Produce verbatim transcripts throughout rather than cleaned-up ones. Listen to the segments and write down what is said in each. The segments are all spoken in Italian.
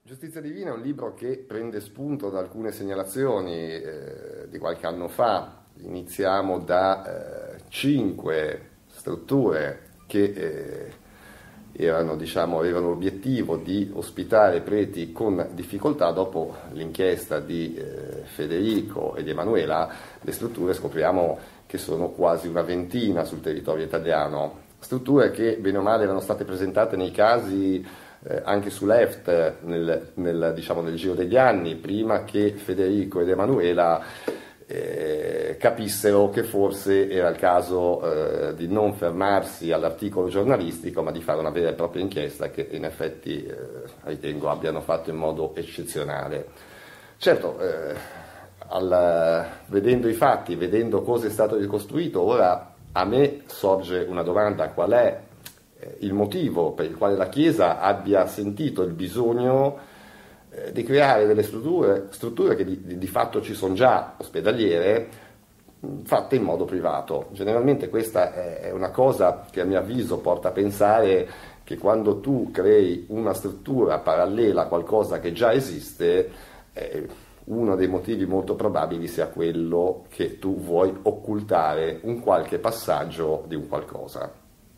Giustizia Divina è un libro che prende spunto da alcune segnalazioni eh, di qualche anno fa. Iniziamo da eh, cinque strutture che eh, erano, diciamo, avevano l'obiettivo di ospitare preti con difficoltà. Dopo l'inchiesta di eh, Federico e di Emanuela, le strutture scopriamo che sono quasi una ventina sul territorio italiano. Strutture che, bene o male, erano state presentate nei casi Eh, anche su Left nel, nel, diciamo, nel giro degli anni, prima che Federico ed Emanuela eh, capissero che forse era il caso eh, di non fermarsi all'articolo giornalistico, ma di fare una vera e propria inchiesta che in effetti eh, ritengo abbiano fatto in modo eccezionale. Certo, eh, al, vedendo i fatti, vedendo cosa è stato ricostruito, ora a me sorge una domanda: qual è il motivo per il quale la Chiesa abbia sentito il bisogno eh, di creare delle strutture, strutture che di, di, di fatto ci sono già, ospedaliere, fatte in modo privato. Generalmente questa è, è una cosa che a mio avviso porta a pensare che quando tu crei una struttura parallela a qualcosa che già esiste, eh, uno dei motivi molto probabili sia quello che tu vuoi occultare un qualche passaggio di un qualcosa.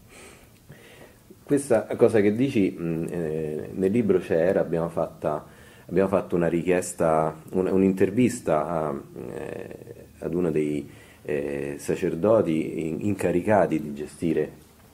Questa cosa che dici mh, eh, nel libro c'era, abbiamo, fatta, abbiamo fatto una richiesta, un, un'intervista a, eh, ad uno dei eh, sacerdoti in, incaricati di gestire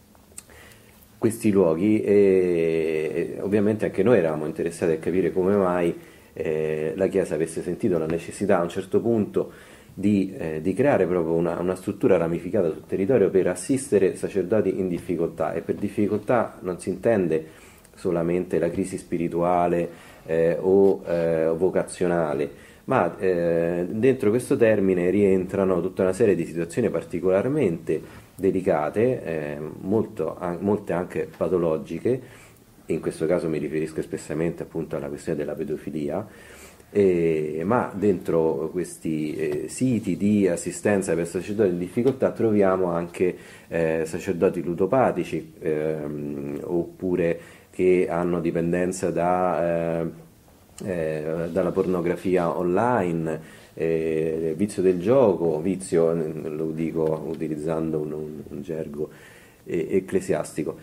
questi luoghi e, e ovviamente anche noi eravamo interessati a capire come mai eh, la Chiesa avesse sentito la necessità a un certo punto Di, eh, di creare proprio una, una struttura ramificata sul territorio per assistere sacerdoti in difficoltà, e per difficoltà non si intende solamente la crisi spirituale eh, o eh, vocazionale, ma eh, dentro questo termine rientrano tutta una serie di situazioni particolarmente delicate, eh, molto, an- molte anche patologiche. In questo caso mi riferisco espressamente appunto alla questione della pedofilia. Eh, ma dentro questi eh, siti di assistenza per sacerdoti in difficoltà troviamo anche eh, sacerdoti ludopatici ehm, oppure che hanno dipendenza da, eh, eh, dalla pornografia online, eh, vizio del gioco, vizio, lo dico utilizzando un, un, un gergo eh, ecclesiastico.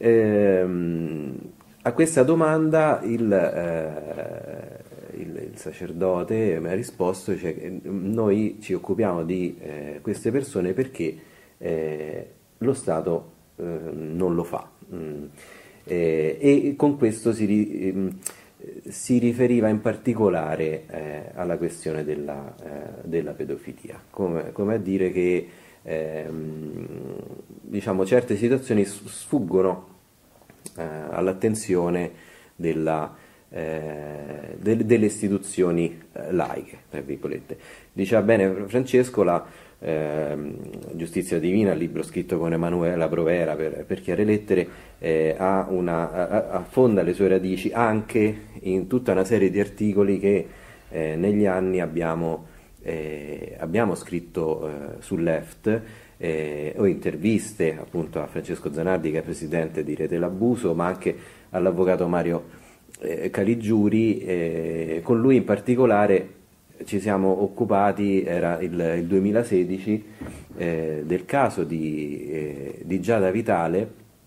Ehm, a questa domanda il eh, Il, il sacerdote mi ha risposto, cioè, che noi ci occupiamo di eh, queste persone perché eh, lo Stato eh, non lo fa. Mm. Eh, e con questo si, ri, mm, si riferiva in particolare eh, alla questione della, eh, della pedofilia, come, come a dire che eh, diciamo, certe situazioni sfuggono eh, all'attenzione della Eh, delle, delle istituzioni eh, laiche, tra virgolette. Diceva bene Francesco, la eh, Giustizia Divina, il libro scritto con Emanuela Provera per, per Chiare Lettere, eh, ha una, affonda le sue radici anche in tutta una serie di articoli che eh, negli anni abbiamo, eh, abbiamo scritto eh, sul Left, eh, o interviste appunto a Francesco Zanardi, che è presidente di Rete l'Abuso, ma anche all'avvocato Mario Caligiuri. Eh, con lui in particolare ci siamo occupati, era il, il duemilasedici, eh, del caso di, eh, di Giada Vitale,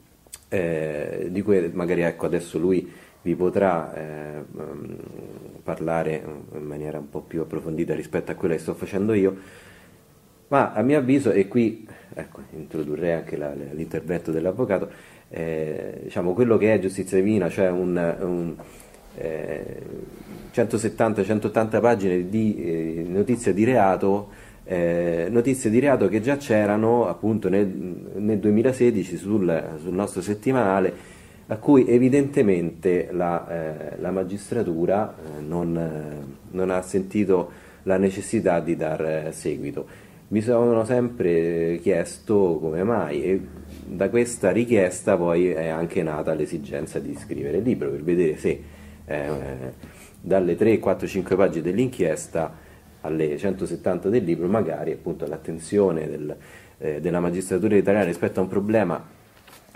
eh, di cui magari ecco, adesso lui vi potrà eh, parlare in maniera un po' più approfondita rispetto a quella che sto facendo io, ma a mio avviso, e qui ecco, introdurrei anche la, l'intervento dell'avvocato, Eh, diciamo quello che è Giustizia Divina, cioè un, un eh, centosettanta centottanta pagine di eh, notizie di reato, eh, notizie di reato che già c'erano appunto nel, nel duemilasedici sul, sul nostro settimanale, a cui evidentemente la, eh, la magistratura eh, non, eh, non ha sentito la necessità di dar eh, seguito. Mi sono sempre chiesto come mai, e da questa richiesta poi è anche nata l'esigenza di scrivere il libro, per vedere se eh, dalle tre, quattro, cinque pagine dell'inchiesta alle centosettanta del libro magari appunto l'attenzione del, eh, della magistratura italiana rispetto a un problema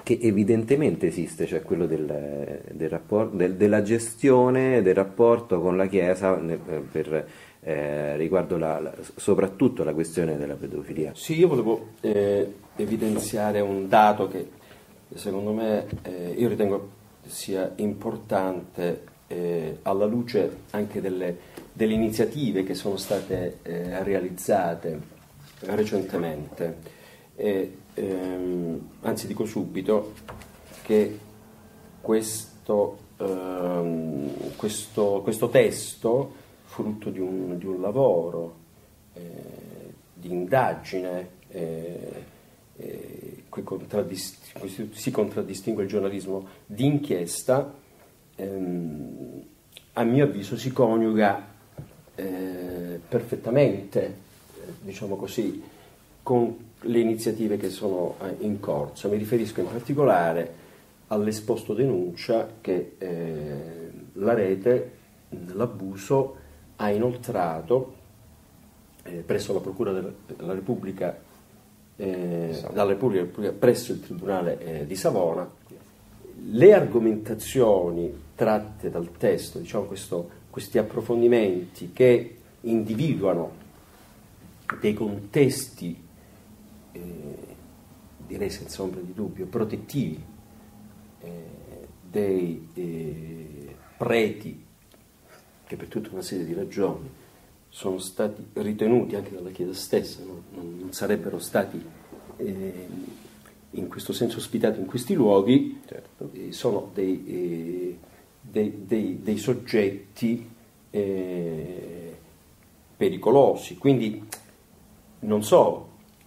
che evidentemente esiste, cioè quello del, del rapport, del, della gestione del rapporto con la Chiesa per, eh, riguardo la, la, soprattutto la questione della pedofilia. Sì, io volevo eh, evidenziare un dato che secondo me eh, io ritengo sia importante eh, alla luce anche delle, delle iniziative che sono state eh, realizzate recentemente. E, ehm, anzi dico subito che questo, ehm, questo, questo testo, frutto di un, di un lavoro eh, di indagine eh, eh, cui contraddist- si contraddistingue il giornalismo di inchiesta, ehm, a mio avviso si coniuga eh, perfettamente, eh, diciamo così, con le iniziative che sono in corso. Mi riferisco in particolare all'esposto denuncia che eh, la rete dell'abuso ha inoltrato eh, presso la Procura della Repubblica, eh, dalla Repubblica presso il Tribunale eh, di Savona. Le argomentazioni tratte dal testo, diciamo questo, questi approfondimenti che individuano dei contesti Eh, direi senza ombra di dubbio protettivi eh, dei eh, preti che per tutta una serie di ragioni sono stati ritenuti anche dalla Chiesa stessa, no? non, non sarebbero stati eh, in questo senso ospitati in questi luoghi, certo. eh, sono dei, eh, dei, dei, dei soggetti eh, pericolosi, quindi non solo.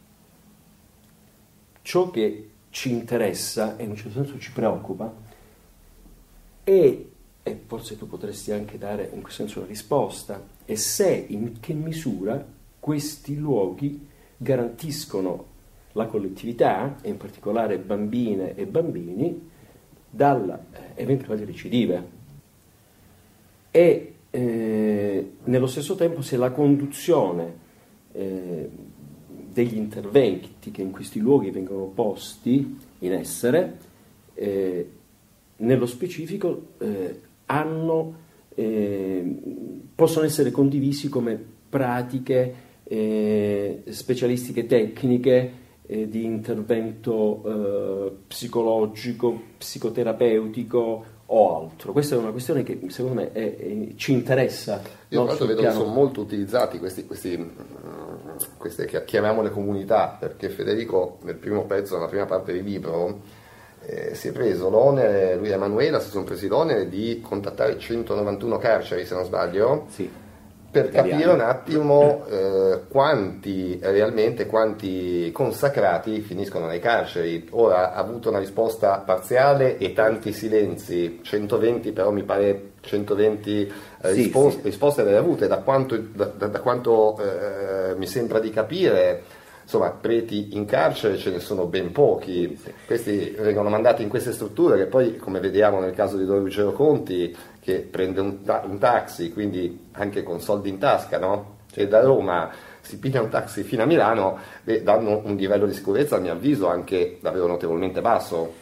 Ciò che ci interessa e in un certo senso ci preoccupa è, e forse tu potresti anche dare in questo senso una risposta, è se in che misura questi luoghi garantiscono la collettività, e in particolare bambine e bambini, dalle eventuali recidive e eh, nello stesso tempo se la conduzione eh, degli interventi che in questi luoghi vengono posti in essere, eh, nello specifico eh, hanno, eh, possono essere condivisi come pratiche eh, specialistiche tecniche eh, di intervento eh, psicologico, psicoterapeutico o altro. Questa è una questione che secondo me è, è, ci interessa. Io tra l'altro vedo piano... che sono molto utilizzati questi, questi, queste che chiamiamole comunità, perché Federico nel primo pezzo, nella prima parte del libro, eh, si è preso l'onere, lui e Emanuela si sono presi l'onere di contattare centonovantuno carceri, se non sbaglio, sì, per capire un attimo eh, quanti realmente, quanti consacrati finiscono nei carceri. Ora ha avuto una risposta parziale e tanti silenzi, centoventi però mi pare centoventi eh, sì, risposte, sì. risposte le ha avute, da quanto, da, da, da quanto eh, mi sembra di capire. Insomma, preti in carcere ce ne sono ben pochi, sì, sì. Questi vengono mandati in queste strutture che poi, come vediamo nel caso di Don Ruggero Conti, che prende un, ta- un taxi, quindi anche con soldi in tasca, no? E da Roma si piglia un taxi fino a Milano, beh, danno un livello di sicurezza, a mio avviso, anche davvero notevolmente basso.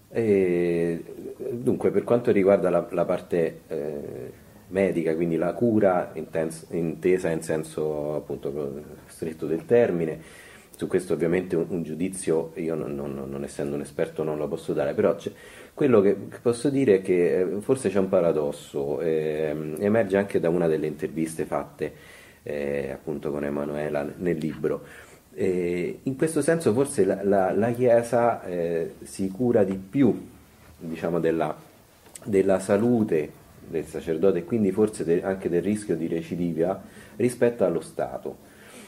E, dunque, per quanto riguarda la, la parte eh, medica, quindi la cura intens- intesa in senso appunto stretto del termine, su questo ovviamente un, un giudizio io non, non, non essendo un esperto non lo posso dare, però c'è, quello che posso dire è che eh, forse c'è un paradosso, eh, emerge anche da una delle interviste fatte eh, appunto con Emanuela nel libro. Eh, in questo senso forse la, la, la Chiesa eh, si cura di più, diciamo, della, della salute del sacerdote e quindi forse de, anche del rischio di recidiva rispetto allo Stato.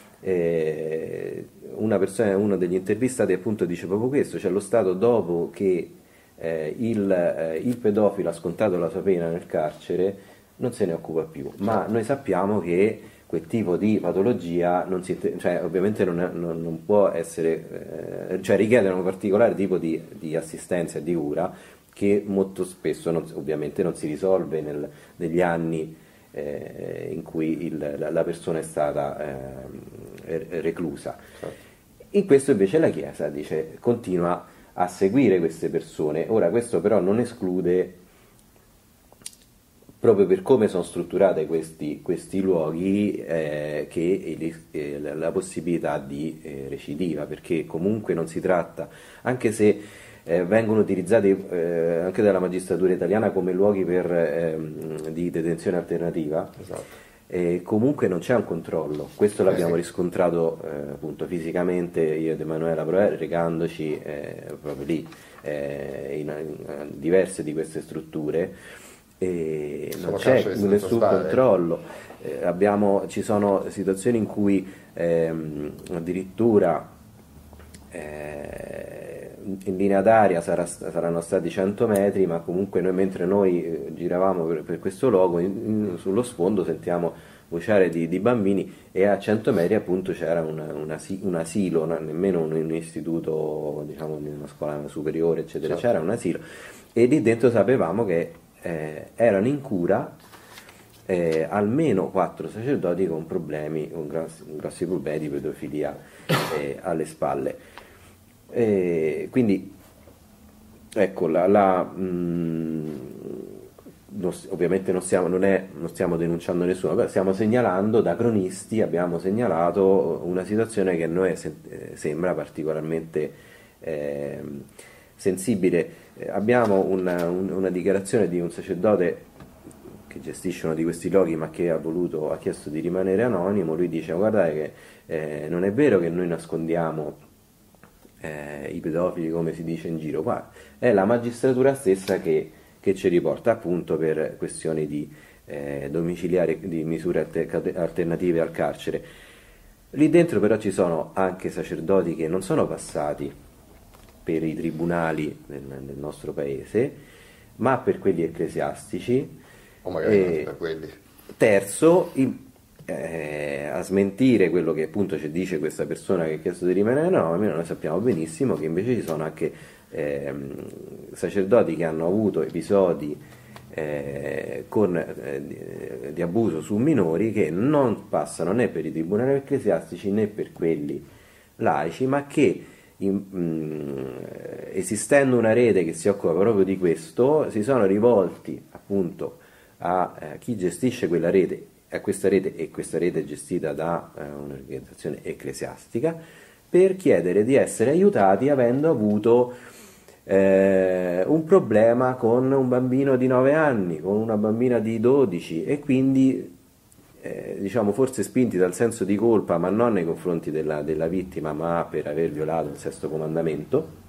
Eh, una persona, uno degli intervistati appunto dice proprio questo, cioè lo Stato dopo che eh, il, eh, il pedofilo ha scontato la sua pena nel carcere non se ne occupa più, ma noi sappiamo che quel tipo di patologia non si, cioè, ovviamente non, è, non, non può essere, eh, cioè richiede un particolare tipo di, di assistenza e di cura che molto spesso non, ovviamente non si risolve nel, negli anni eh, in cui il, la, la persona è stata eh, reclusa. In questo invece la Chiesa dice, continua a seguire queste persone. Ora questo però non esclude, proprio per come sono strutturati questi, questi luoghi, eh, che eh, la possibilità di eh, recidiva, perché comunque non si tratta, anche se eh, vengono utilizzati eh, anche dalla magistratura italiana come luoghi per, eh, di detenzione alternativa, Esatto. e comunque non c'è un controllo. Questo l'abbiamo Eh sì. riscontrato eh, appunto fisicamente io ed Emanuela Proer, recandoci eh, proprio lì eh, in, in diverse di queste strutture, e Sono non c'è carceri senza nessun sbarre. controllo. Eh, abbiamo, ci sono situazioni in cui ehm, addirittura eh, in linea d'aria sarà, saranno stati cento metri, ma comunque noi, mentre noi eh, giravamo per, per questo luogo, in, in, sullo sfondo sentiamo vociare di, di bambini, e a cento metri appunto c'era una, una, un asilo, non nemmeno un, un istituto, diciamo, di una scuola superiore, eccetera, Certo. c'era un asilo, e lì dentro sapevamo che eh, erano in cura eh, almeno quattro sacerdoti con problemi, con grossi, grossi problemi di pedofilia eh, alle spalle. E quindi ecco, la, la, mh, non, ovviamente non stiamo, non, è, non stiamo denunciando nessuno, però stiamo segnalando, da cronisti abbiamo segnalato una situazione che a noi se, eh, sembra particolarmente eh, sensibile. Eh, abbiamo una, un, una dichiarazione di un sacerdote che gestisce uno di questi luoghi, ma che ha voluto, ha chiesto di rimanere anonimo. Lui dice: guardate che eh, non è vero che noi nascondiamo Eh, i pedofili, come si dice in giro, qua è la magistratura stessa che, che ci riporta, appunto per questioni di eh, domiciliari, di misure alter- alternative al carcere. Lì dentro però ci sono anche sacerdoti che non sono passati per i tribunali del, del nostro paese, ma per quelli ecclesiastici, O magari non e per quelli. terzo, il Eh, a smentire quello che appunto ci dice questa persona che ha chiesto di rimanere anonimo. Noi sappiamo benissimo che invece ci sono anche ehm, sacerdoti che hanno avuto episodi eh, con, eh, di, di abuso su minori, che non passano né per i tribunali ecclesiastici né per quelli laici, ma che in, mh, esistendo una rete che si occupa proprio di questo, si sono rivolti appunto a, a chi gestisce quella rete, a questa rete, e questa rete è gestita da eh, un'organizzazione ecclesiastica, per chiedere di essere aiutati, avendo avuto eh, un problema con un bambino di nove anni, con una bambina di dodici, e quindi eh, diciamo forse spinti dal senso di colpa, ma non nei confronti della, della vittima, ma per aver violato il sesto comandamento,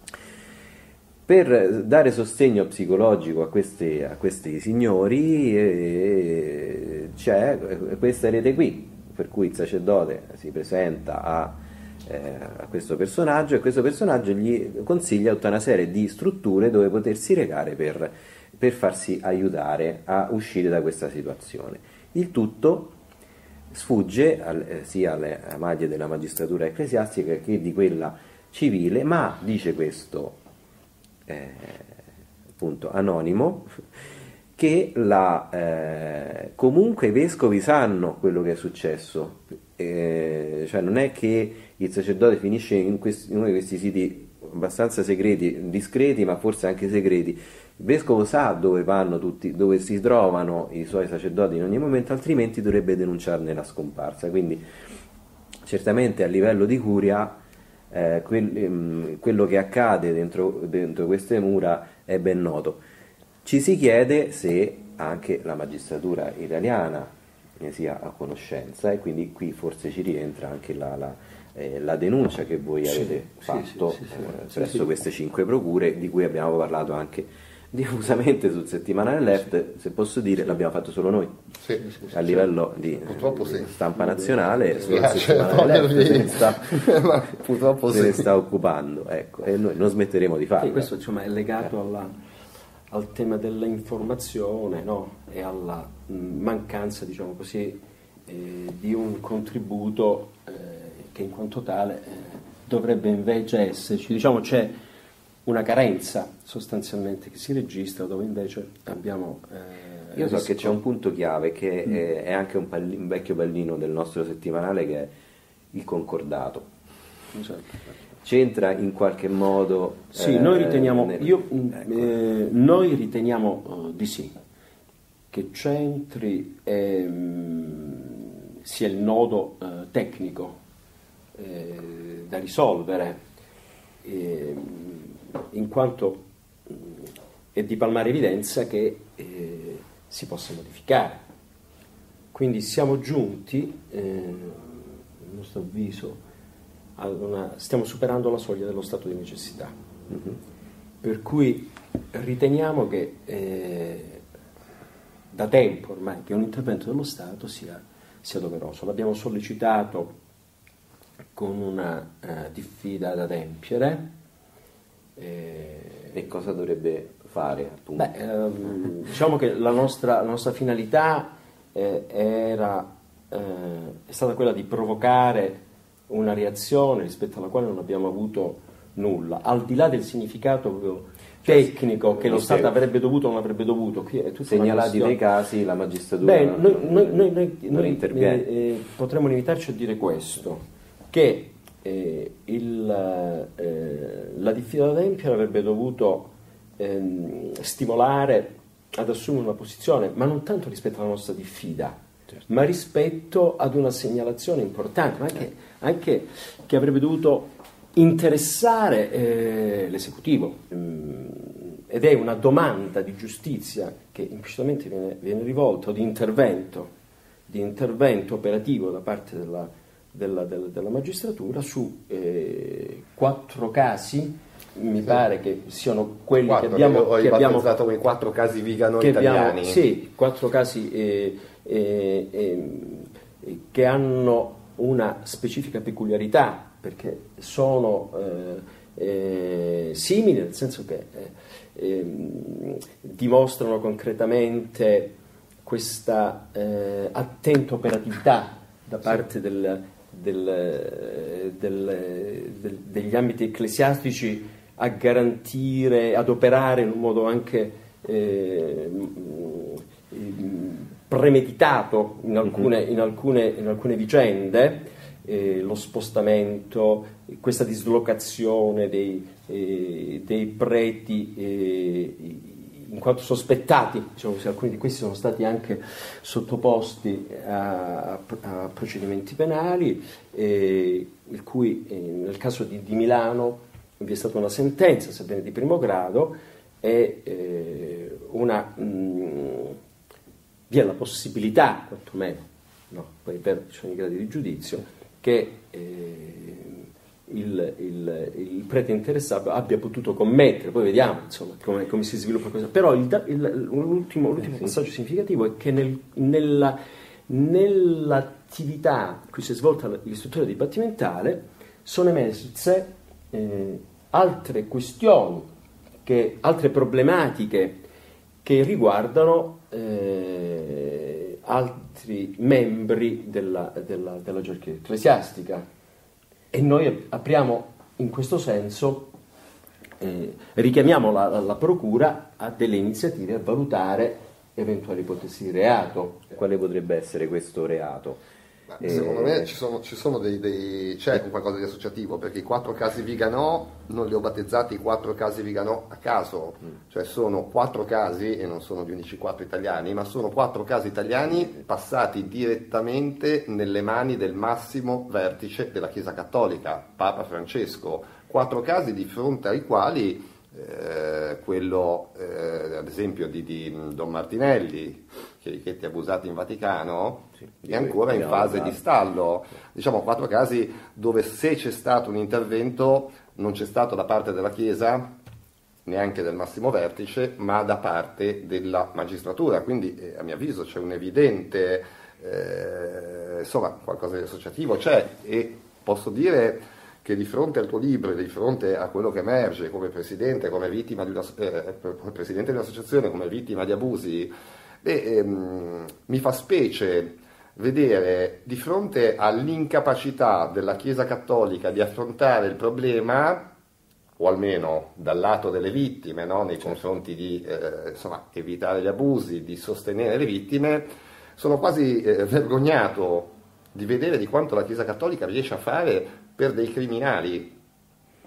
per dare sostegno psicologico a questi, a questi signori. E c'è questa rete qui, per cui il sacerdote si presenta a, eh, a questo personaggio, e questo personaggio gli consiglia tutta una serie di strutture dove potersi recare per, per farsi aiutare a uscire da questa situazione. Il tutto sfugge al, eh, sia alle maglie della magistratura ecclesiastica che di quella civile, ma dice questo Eh, appunto anonimo, che la, eh, comunque i vescovi sanno quello che è successo, eh, cioè non è che il sacerdote finisce in, questi, in uno di questi siti abbastanza segreti, discreti ma forse anche segreti. Il vescovo sa dove vanno tutti, dove si trovano i suoi sacerdoti in ogni momento, altrimenti dovrebbe denunciarne la scomparsa. Quindi certamente a livello di curia Eh, quel, ehm, quello che accade dentro, dentro queste mura è ben noto. Ci si chiede se anche la magistratura italiana ne sia a conoscenza, e quindi qui forse ci rientra anche la, la, eh, la denuncia che voi Sì, avete sì, fatto sì, sì, sì, eh, sì, presso sì. queste cinque procure, di cui abbiamo parlato anche diffusamente sul settimanale Left. Se posso dire, l'abbiamo fatto solo noi. Sì, A livello di Purtroppo sì. stampa nazionale, Mi sul spiace settimanale Left togliervi- se ne sta, ma purtroppo se ne sì. sta occupando, ecco, e noi non smetteremo di farlo. Sì, questo insomma, è legato alla, al tema dell'informazione, no? E alla mh, mancanza, diciamo così, eh, di un contributo eh, che in quanto tale eh, dovrebbe invece esserci. Diciamo c'è una carenza sostanzialmente che si registra, dove invece abbiamo... Eh, Io so risco- che c'è un punto chiave che Mm. è, è anche un, palli- un vecchio pallino del nostro settimanale, che è il concordato. Esatto. c'entra in qualche modo? Sì, eh, noi riteniamo, nel... io, ecco. eh, noi riteniamo uh, di sì, che c'entri ehm, sia il nodo eh, tecnico eh, da risolvere, eh, in quanto eh, è di palmare evidenza che eh, si possa modificare. Quindi siamo giunti, eh, a nostro avviso, ad una, stiamo superando la soglia dello stato di necessità. Mm-hmm. Per cui riteniamo che eh, da tempo ormai che un intervento dello Stato sia, sia doveroso. L'abbiamo sollecitato con una uh, diffida da adempiere. Eh, e cosa dovrebbe fare? Appunto? Beh, ehm, diciamo che la nostra, la nostra finalità eh, era, eh, è stata quella di provocare una reazione rispetto alla quale non abbiamo avuto nulla, al di là del significato proprio tecnico che lo Stato avrebbe dovuto o non avrebbe dovuto. Qui è tutta segnalati dei casi, la magistratura Beh, noi, noi, noi, noi, noi interviene. Eh, potremmo limitarci a dire questo, che eh, il, eh, la diffida da adempiere avrebbe dovuto ehm, stimolare ad assumere una posizione, ma non tanto rispetto alla nostra diffida, certo, ma rispetto ad una segnalazione importante, ma anche, anche che avrebbe dovuto interessare eh, l'esecutivo, mm, ed è una domanda di giustizia che implicitamente viene, viene rivolta, o di intervento, di intervento operativo da parte della, della, della, della magistratura su eh, quattro casi, mi sì. pare che siano quelli quattro, che abbiamo, ho che abbiamo battezzato come quattro casi Vigano che italiani. Abbiamo, sì, quattro casi eh, eh, eh, che hanno una specifica peculiarità, perché sono eh, eh, simili, nel senso che eh, eh, dimostrano concretamente questa eh, attenta operatività da parte del, del, del, del, degli ambiti ecclesiastici a garantire, ad operare in un modo anche eh, premeditato in alcune, in alcune, in alcune vicende. Eh, lo spostamento, questa dislocazione dei, eh, dei preti eh, in quanto sospettati, diciamo, se alcuni di questi sono stati anche sottoposti a, a procedimenti penali, eh, il cui eh, nel caso di, di Milano vi è stata una sentenza, sebbene di primo grado, e eh, una mh, vi è la possibilità, quantomeno, no, poi per ci sono i gradi di giudizio, che eh, il, il, il prete interessato abbia potuto commettere, poi vediamo insomma come, come si sviluppa questo. Però il, il, l'ultimo, l'ultimo passaggio significativo è che nel, nella, nell'attività in cui si è svolta l'istruttoria dibattimentale sono emerse eh, altre questioni, che, altre problematiche che riguardano eh, altri membri della, della, della gerarchia ecclesiastica, e noi apriamo in questo senso, eh, richiamiamo la, la, la procura a delle iniziative a valutare eventuali ipotesi di reato. Quale potrebbe essere questo reato? Ma secondo me ci sono, ci sono dei, dei c'è un qualcosa di associativo, perché i quattro casi Viganò non li ho battezzati i quattro casi Viganò a caso, mm. cioè sono quattro casi, e non sono gli unici quattro italiani, ma sono quattro casi italiani passati direttamente nelle mani del massimo vertice della Chiesa Cattolica, Papa Francesco. Quattro casi di fronte ai quali eh, quello eh, ad esempio di, di Don Martinelli, Chierichetti abusati in Vaticano, sì, è ancora in fase di stallo. Diciamo quattro casi dove, se c'è stato un intervento, non c'è stato da parte della Chiesa, neanche del massimo vertice, ma da parte della magistratura. Quindi eh, a mio avviso c'è un evidente eh, insomma qualcosa di associativo c'è, e posso dire che di fronte al tuo libro e di fronte a quello che emerge come presidente, come vittima di una, eh, come presidente di un'associazione, come vittima di abusi, beh, ehm, mi fa specie vedere di fronte all'incapacità della Chiesa Cattolica di affrontare il problema, o almeno dal lato delle vittime, no? Nei confronti di eh, insomma, evitare gli abusi, di sostenere le vittime, sono quasi eh, vergognato di vedere di quanto la Chiesa Cattolica riesce a fare per dei criminali.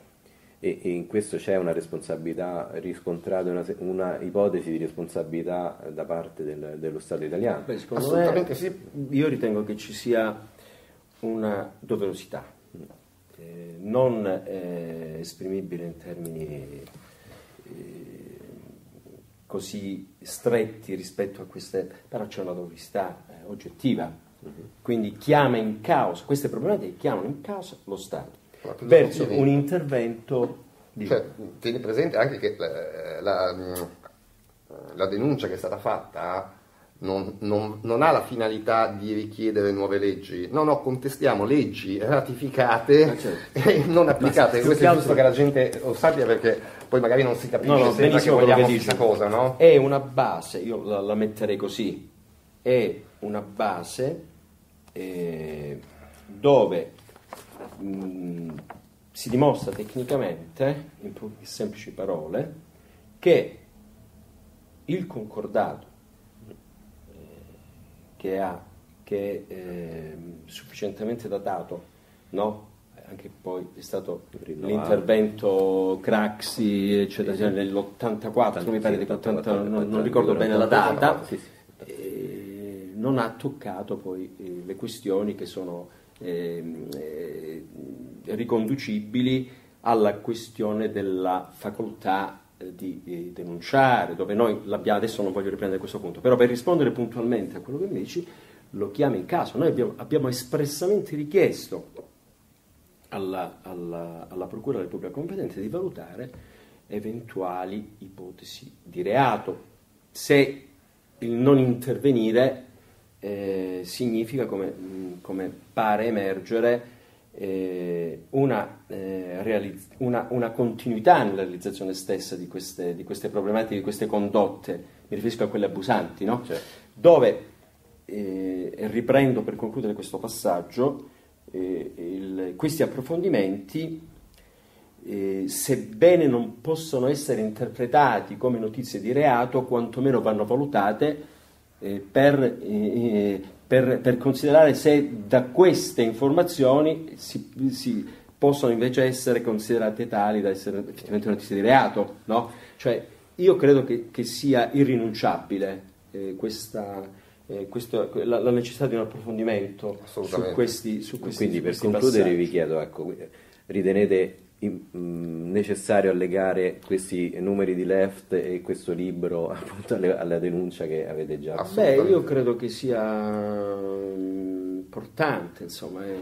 E, e in questo c'è una responsabilità riscontrata, una, una ipotesi di responsabilità da parte del, dello Stato italiano? Beh, assolutamente me, sì. Io ritengo che ci sia una doverosità, eh, non eh, esprimibile in termini eh, così stretti rispetto a queste, però c'è una doverosità eh, oggettiva, uh-huh. Quindi chiama in causa, queste problematiche chiamano in causa lo Stato verso un intervento di... Cioè, tieni presente anche che la, la, la denuncia che è stata fatta non, non, non ha la finalità di richiedere nuove leggi, no, no, contestiamo leggi ratificate ah, certo. e non applicate. Questo è giusto che la gente lo sappia, perché poi magari non si capisce no, no, sempre che vogliamo questa cosa, no? È una base, io la, la metterei così, è una base eh, dove mh, si dimostra tecnicamente, in semplici parole, che il concordato eh, che ha che è eh, sufficientemente datato, no? Anche poi è stato l'intervento Craxi, eccetera, sì, nell'ottantaquattro, sì, mi pare, sì, ottanta, non, non, non ricordo bene la data, sì, sì. Eh, non ha toccato poi eh, le questioni che sono eh, eh, riconducibili alla questione della facoltà eh, di, di denunciare, dove noi l'abbiamo, adesso non voglio riprendere questo punto, però per rispondere puntualmente a quello che mi dici, lo chiama in caso. Noi abbiamo, abbiamo espressamente richiesto Alla, alla, alla Procura della Repubblica competente di valutare eventuali ipotesi di reato. Se il non intervenire eh, significa, come, come pare emergere, eh, una, eh, realizz- una, una continuità nella realizzazione stessa di queste, di queste problematiche, di queste condotte, mi riferisco a quelle abusanti, no? Certo. Dove, eh, riprendo per concludere questo passaggio, Eh, il, questi approfondimenti, eh, sebbene non possono essere interpretati come notizie di reato, quantomeno vanno valutate eh, per, eh, per, per considerare se da queste informazioni si, si possono invece essere considerate tali da essere effettivamente notizie di reato, no? Cioè, io credo che, che sia irrinunciabile eh, questa Eh, questo, la, la necessità di un approfondimento su questi, su questi Quindi su per questi concludere passaggi. vi chiedo, ecco, ritenete in, mh, necessario allegare questi numeri di Left e questo libro appunto alle, alla denuncia che avete già? Beh, io credo che sia importante, insomma, è,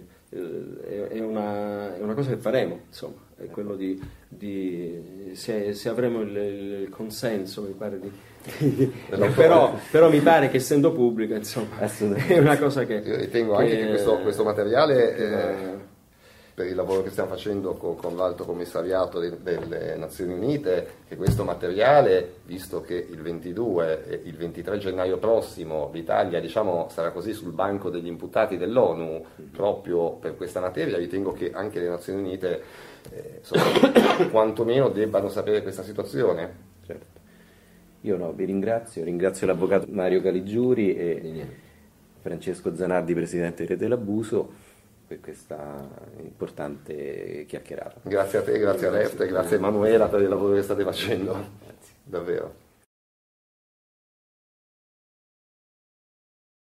è, una, è una cosa che faremo, insomma, è quello di, di se, se avremo il, il consenso, mi pare di però, però mi pare che essendo pubblica, insomma, è una cosa che io ritengo che, anche che questo, questo materiale eh, per il lavoro che stiamo facendo con, con l'Alto Commissariato de, delle Nazioni Unite, che questo materiale, visto che il ventidue e il ventitré gennaio prossimo l'Italia, diciamo, sarà così sul banco degli imputati dell'ONU proprio per questa materia, ritengo che anche le Nazioni Unite eh, insomma, quantomeno debbano sapere questa situazione. Certo. Io no, vi ringrazio, ringrazio l'avvocato Mario Caligiuri e Francesco Zanardi, presidente di Rete l'Abuso, per questa importante chiacchierata. Grazie a te, grazie a Left, grazie a Emanuela per il lavoro che state facendo. Grazie. Davvero.